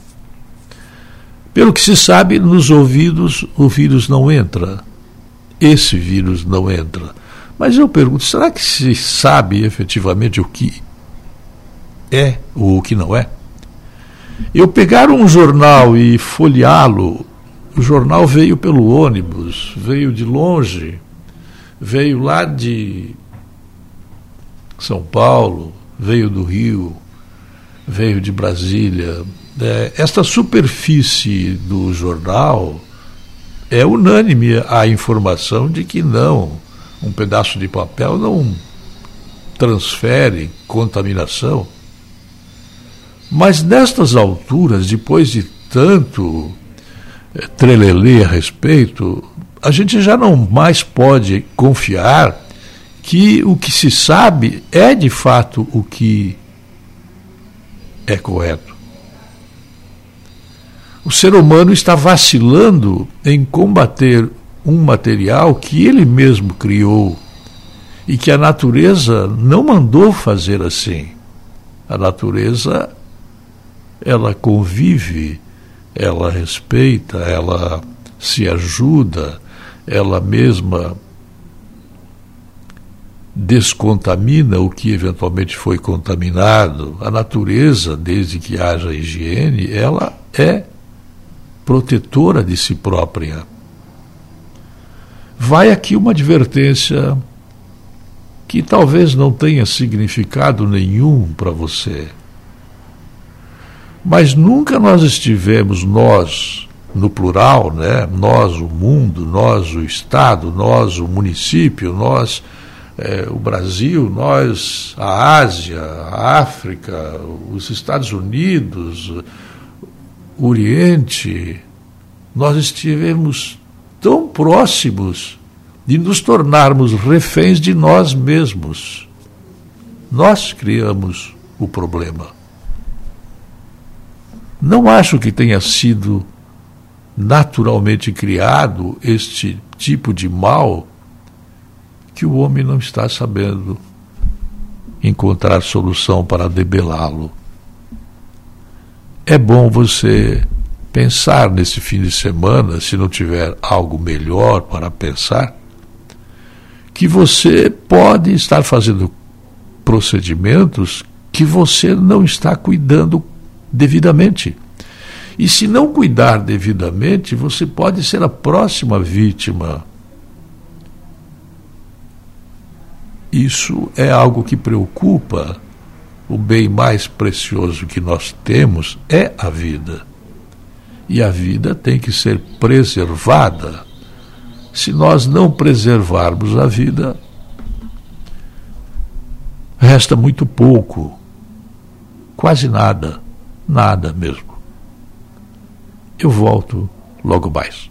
Speaker 25: Pelo que se sabe, nos ouvidos o vírus não entra. Esse vírus não entra. Mas eu pergunto, será que se sabe efetivamente o que é ou o que não é? Eu pegar um jornal e folheá-lo, o jornal veio pelo ônibus, veio de longe, veio lá de São Paulo, veio do Rio, veio de Brasília. É, esta superfície do jornal é unânime a informação de que não, um pedaço de papel não transfere contaminação. Mas nestas alturas, depois de tanto é, trelelê a respeito, a gente já não mais pode confiar que o que se sabe é de fato o que é correto. O ser humano está vacilando em combater um material que ele mesmo criou e que a natureza não mandou fazer assim. A natureza, ela convive, ela respeita, ela se ajuda, ela mesma descontamina o que eventualmente foi contaminado. A natureza, desde que haja higiene, ela é protetora de si própria. Vai aqui uma advertência que talvez não tenha significado nenhum para você. Mas nunca nós estivemos, nós, no plural, né? Nós, o mundo, nós, o Estado, nós, o município, nós, é, o Brasil, nós, a Ásia, a África, os Estados Unidos, o Oriente, nós estivemos tão próximos de nos tornarmos reféns de nós mesmos. Nós criamos o problema. Não acho que tenha sido naturalmente criado este tipo de mal que o homem não está sabendo encontrar solução para debelá-lo. É bom você pensar nesse fim de semana, se não tiver algo melhor para pensar, que você pode estar fazendo procedimentos que você não está cuidando devidamente. E se não cuidar devidamente, você pode ser a próxima vítima. Isso é algo que preocupa o bem mais precioso que nós temos é a vida. E a vida tem que ser preservada. Se nós não preservarmos a vida, resta muito pouco, quase nada, nada mesmo. Eu volto logo mais.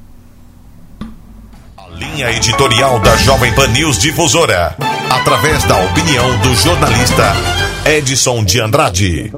Speaker 20: A linha editorial da Jovem Pan News Difusora, através da opinião do jornalista Edson de Andrade.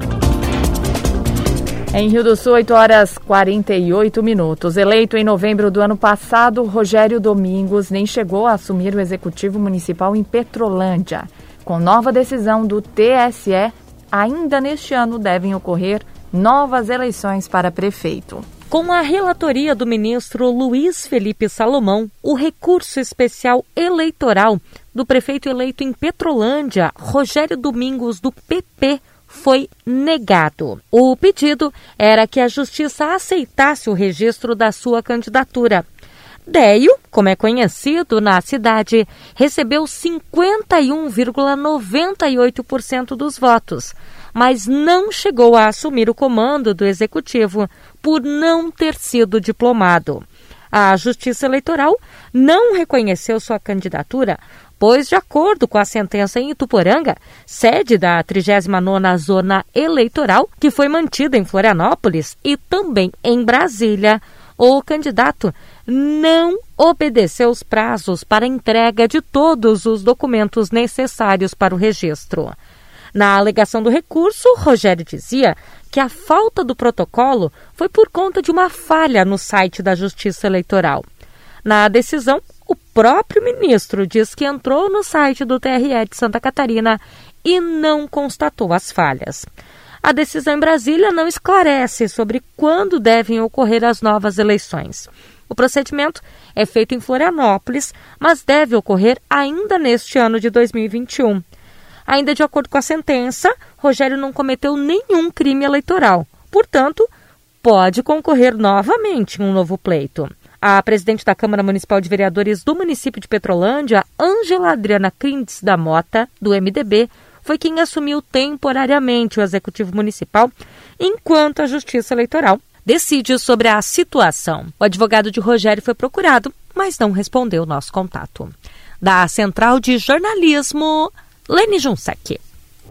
Speaker 2: Em Rio do Sul, oito horas e quarenta e oito minutos. Eleito em novembro do ano passado, Rogério Domingos nem chegou a assumir o Executivo Municipal em Petrolândia. Com nova decisão do T S E, ainda neste ano devem ocorrer novas eleições para prefeito.
Speaker 4: Com a relatoria do ministro Luiz Felipe Salomão, o recurso especial eleitoral do prefeito eleito em Petrolândia, Rogério Domingos, do P P, foi negado. O pedido era que a Justiça aceitasse o registro da sua candidatura. Déio, como é conhecido na cidade, recebeu cinquenta e um vírgula noventa e oito por cento dos votos, mas não chegou a assumir o comando do Executivo por não ter sido diplomado. A Justiça Eleitoral não reconheceu sua candidatura, pois, de acordo com a sentença em Ituporanga, sede da trigésima nona Zona Eleitoral, que foi mantida em Florianópolis e também em Brasília, o candidato não obedeceu os prazos para entrega de todos os documentos necessários para o registro. Na alegação do recurso, Rogério dizia que a falta do protocolo foi por conta de uma falha no site da Justiça Eleitoral. Na decisão, o próprio ministro diz que entrou no site do T R E de Santa Catarina e não constatou as falhas. A decisão em Brasília não esclarece sobre quando devem ocorrer as novas eleições. O procedimento é feito em Florianópolis, mas deve ocorrer ainda neste ano de dois mil e vinte e um. Ainda de acordo com a sentença, Rogério não cometeu nenhum crime eleitoral. Portanto, pode concorrer novamente em um novo pleito. A presidente da Câmara Municipal de Vereadores do município de Petrolândia, Ângela Adriana Crindes da Mota, do M D B, foi quem assumiu temporariamente o Executivo Municipal, enquanto a Justiça Eleitoral decide sobre a situação. O advogado de Rogério foi procurado, mas não respondeu o nosso contato. Da Central de Jornalismo, Lene Junsec.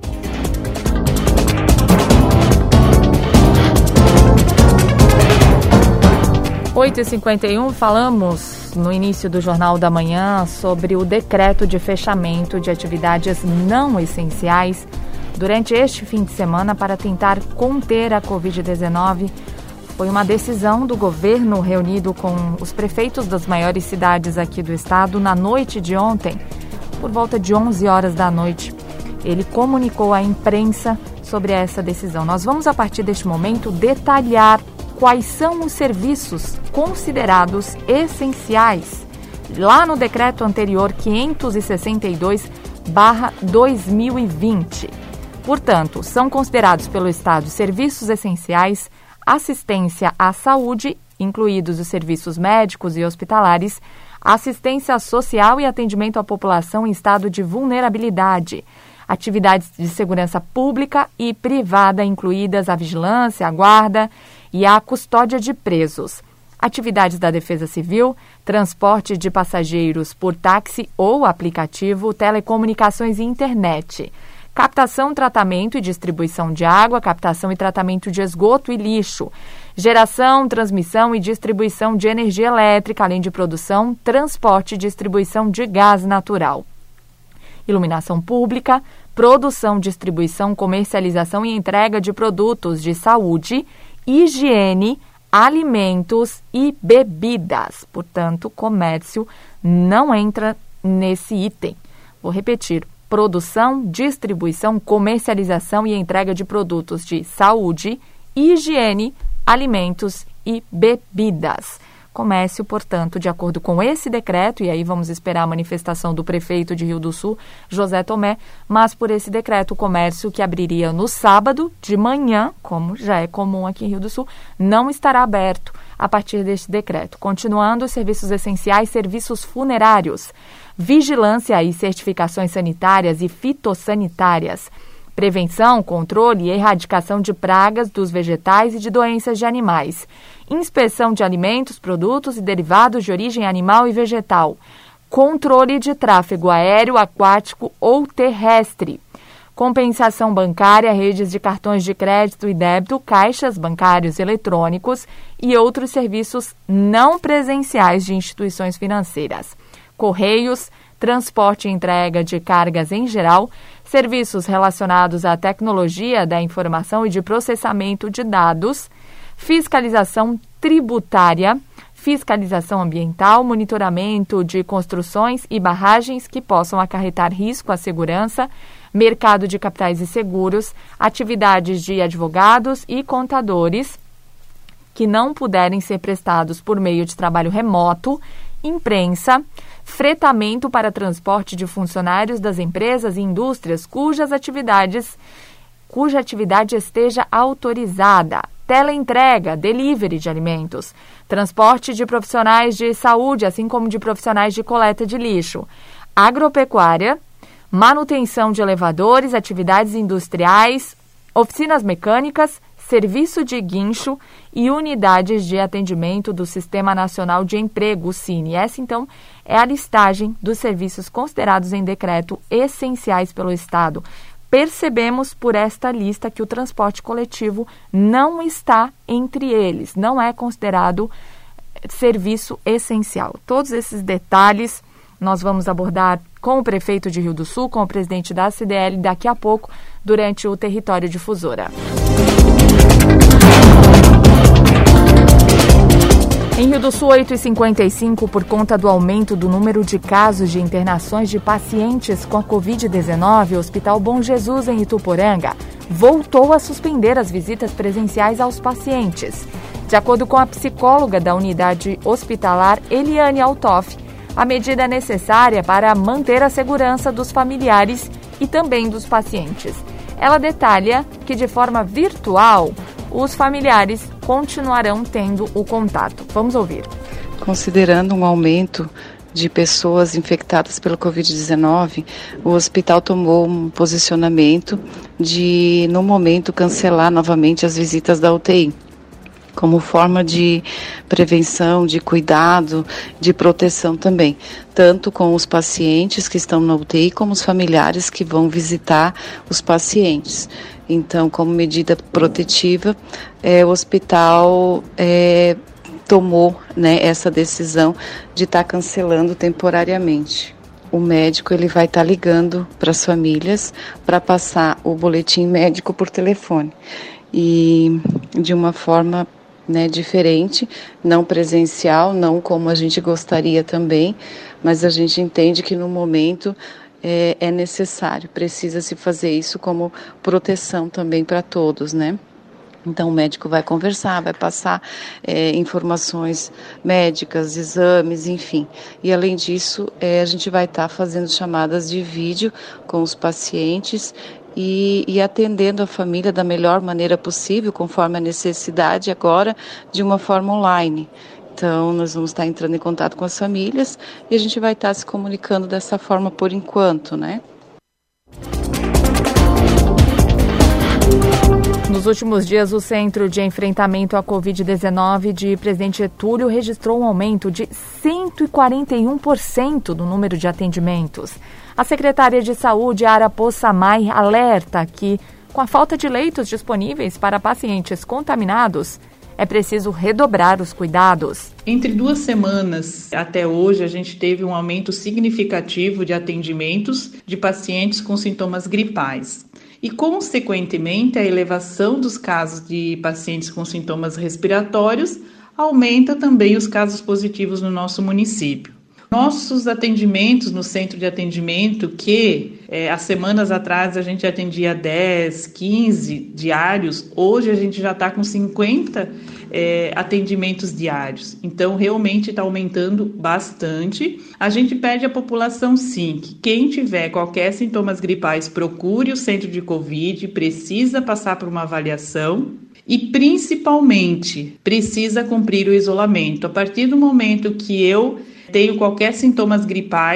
Speaker 2: oito e cinquenta e um, falamos no início do Jornal da Manhã sobre o decreto de fechamento de atividades não essenciais durante este fim de semana para tentar conter a covid dezenove. Foi uma decisão do governo reunido com os prefeitos das maiores cidades aqui do estado na noite de ontem, por volta de onze horas da noite. Ele comunicou à imprensa sobre essa decisão. Nós vamos, a partir deste momento, detalhar quais são os serviços considerados essenciais lá no decreto anterior quinhentos e sessenta e dois barra dois mil e vinte. Portanto, são considerados pelo Estado serviços essenciais, assistência à saúde, incluídos os serviços médicos e hospitalares, assistência social e atendimento à população em estado de vulnerabilidade, atividades de segurança pública e privada, incluídas a vigilância, a guarda e a custódia de presos, atividades da Defesa Civil, transporte de passageiros por táxi ou aplicativo, telecomunicações e internet, captação, tratamento e distribuição de água, captação e tratamento de esgoto e lixo, geração, transmissão e distribuição de energia elétrica, além de produção, transporte e distribuição de gás natural, iluminação pública, produção, distribuição, comercialização e entrega de produtos de saúde, higiene, alimentos e bebidas. Portanto, comércio não entra nesse item. Vou repetir: produção, distribuição, comercialização e entrega de produtos de saúde, higiene, alimentos e bebidas. Comércio, portanto, de acordo com esse decreto, e aí vamos esperar a manifestação do prefeito de Rio do Sul, José Tomé, mas por esse decreto, o comércio que abriria no sábado de manhã, como já é comum aqui em Rio do Sul, não estará aberto a partir deste decreto. Continuando, os serviços essenciais, serviços funerários, vigilância e certificações sanitárias e fitossanitárias, prevenção, controle e erradicação de pragas dos vegetais e de doenças de animais, inspeção de alimentos, produtos e derivados de origem animal e vegetal, controle de tráfego aéreo, aquático ou terrestre, compensação bancária, redes de cartões de crédito e débito, caixas bancários eletrônicos e outros serviços não presenciais de instituições financeiras, correios, transporte e entrega de cargas em geral, serviços relacionados à tecnologia da informação e de processamento de dados, fiscalização tributária, fiscalização ambiental, monitoramento de construções e barragens que possam acarretar risco à segurança, mercado de capitais e seguros, atividades de advogados e contadores que não puderem ser prestados por meio de trabalho remoto, imprensa, fretamento para transporte de funcionários das empresas e indústrias cujas atividades, cuja atividade esteja autorizada, teleentrega, delivery de alimentos, transporte de profissionais de saúde, assim como de profissionais de coleta de lixo, agropecuária, manutenção de elevadores, atividades industriais, oficinas mecânicas, serviço de guincho e unidades de atendimento do Sistema Nacional de Emprego, o Cine. Essa, então, é a listagem dos serviços considerados em decreto essenciais pelo Estado. Percebemos por esta lista que o transporte coletivo não está entre eles, não é considerado serviço essencial. Todos esses detalhes nós vamos abordar com o prefeito de Rio do Sul, com o presidente da C D L, daqui a pouco, durante o Território Difusora. Em Rio do Sul, oito e cinquenta e cinco, por conta do aumento do número de casos de internações de pacientes com a covid dezenove, o Hospital Bom Jesus, em Ituporanga, voltou a suspender as visitas presenciais aos pacientes. De acordo com a psicóloga da unidade hospitalar, Eliane Altoff, a medida é necessária para manter a segurança dos familiares e também dos pacientes. Ela detalha que, de forma virtual, os familiares continuarão tendo o contato. Vamos ouvir.
Speaker 5: Considerando um aumento de pessoas infectadas pelo covid dezenove, o hospital tomou um posicionamento de, no momento, cancelar novamente as visitas da U T I, como forma de prevenção, de cuidado, de proteção também, tanto com os pacientes que estão na U T I, como os familiares que vão visitar os pacientes. Então, como medida protetiva, é, o hospital é, tomou, né, essa decisão de estar tá cancelando temporariamente. O médico ele vai estar tá ligando para as famílias para passar o boletim médico por telefone. E de uma forma, né, diferente, não presencial, não como a gente gostaria também, mas a gente entende que no momento é, é necessário, precisa se fazer isso como proteção também para todos, né? Então o médico vai conversar, vai passar é, informações médicas, exames, enfim. E além disso, é, a gente vai estar tá fazendo chamadas de vídeo com os pacientes e, e atendendo a família da melhor maneira possível, conforme a necessidade agora, de uma forma online. Então, nós vamos estar entrando em contato com as famílias e a gente vai estar se comunicando dessa forma por enquanto, né?
Speaker 2: Nos últimos dias, o Centro de Enfrentamento à covid dezenove de Presidente Getúlio registrou um aumento de cento e quarenta e um por cento no número de atendimentos. A secretária de Saúde, Ara Possamay, alerta que, com a falta de leitos disponíveis para pacientes contaminados, é preciso redobrar os cuidados.
Speaker 6: Entre duas semanas até hoje, a gente teve um aumento significativo de atendimentos de pacientes com sintomas gripais. E, consequentemente, a elevação dos casos de pacientes com sintomas respiratórios aumenta também os casos positivos no nosso município. Nossos atendimentos no centro de atendimento, que é, há semanas atrás a gente atendia dez, quinze diários, hoje a gente já está com cinquenta é, atendimentos diários. Então, realmente está aumentando bastante. A gente pede à população, sim, que quem tiver qualquer sintomas gripais, procure o centro de Covid, precisa passar por uma avaliação. E, principalmente, precisa cumprir o isolamento. A partir do momento que eu tenho qualquer sintomas gripais,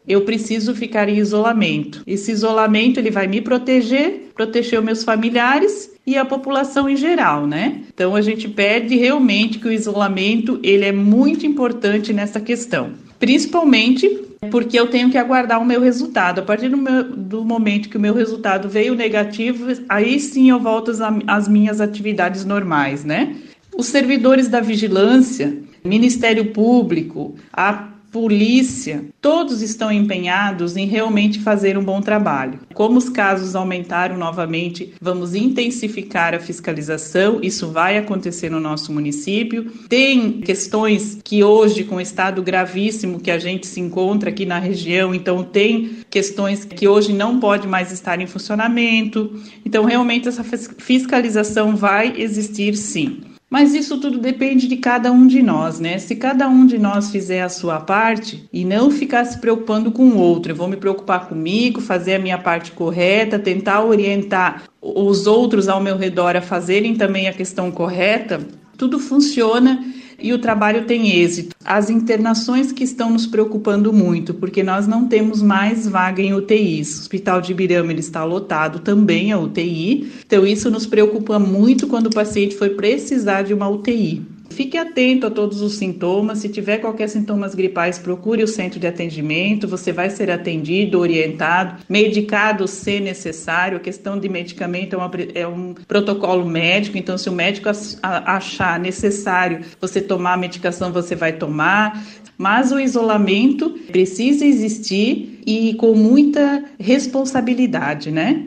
Speaker 6: eu preciso ficar em isolamento. Esse isolamento ele vai me proteger, proteger os meus familiares e a população em geral, né? Então a gente pede realmente que o isolamento ele é muito importante nessa questão, principalmente porque eu tenho que aguardar o meu resultado. A partir do, meu, do momento que o meu resultado veio negativo, aí sim eu volto às, às minhas atividades normais, né? Os servidores da vigilância, Ministério Público, a polícia, todos estão empenhados em realmente fazer um bom trabalho. Como os casos aumentaram novamente, vamos intensificar a fiscalização, isso vai acontecer no nosso município. Tem questões que hoje, com o estado gravíssimo que a gente se encontra aqui na região, então tem questões que hoje não pode mais estar em funcionamento. Então, realmente, essa fiscalização vai existir sim. Mas isso tudo depende de cada um de nós, né? Se cada um de nós fizer a sua parte e não ficar se preocupando com o outro, eu vou me preocupar comigo, fazer a minha parte correta, tentar orientar os outros ao meu redor a fazerem também a questão correta, tudo funciona e o trabalho tem êxito. As internações que estão nos preocupando muito, porque nós não temos mais vaga em U T Is. O Hospital de Ibirama ele está lotado também a U T I, então isso nos preocupa muito quando o paciente for precisar de uma U T I. Fique atento a todos os sintomas, se tiver qualquer sintomas gripais, procure o centro de atendimento, você vai ser atendido, orientado, medicado se necessário. A questão de medicamento é, uma, é um protocolo médico, então se o médico achar necessário você tomar a medicação, você vai tomar. Mas o isolamento precisa existir e com muita responsabilidade, né?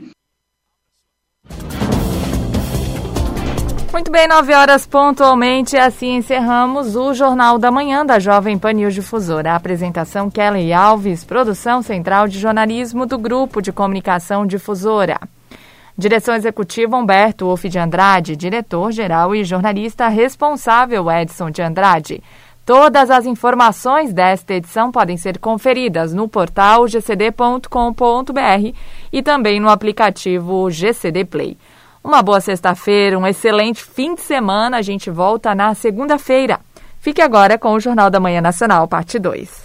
Speaker 2: Muito bem, nove horas pontualmente, assim encerramos o Jornal da Manhã da Jovem Pan News Difusora. A apresentação Kelly Alves, produção central de jornalismo do Grupo de Comunicação Difusora. Direção executiva Humberto Wolff de Andrade, diretor-geral e jornalista responsável Edson de Andrade. Todas as informações desta edição podem ser conferidas no portal g c d ponto com ponto b r e também no aplicativo G C D Play. Uma boa sexta-feira, um excelente fim de semana. A gente volta na segunda-feira. Fique agora com o Jornal da Manhã Nacional, parte dois.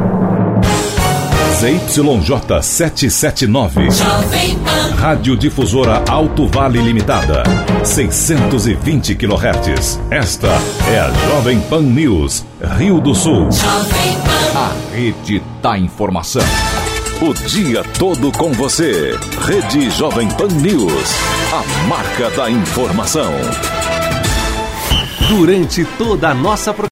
Speaker 1: Z Y J setecentos e setenta e nove. Rádio Difusora Alto Vale Limitada. seiscentos e vinte quilohertz. Esta é a Jovem Pan News, Rio do Sul. A rede da informação. O dia todo com você. Rede Jovem Pan News. A marca da informação.
Speaker 7: Durante toda a nossa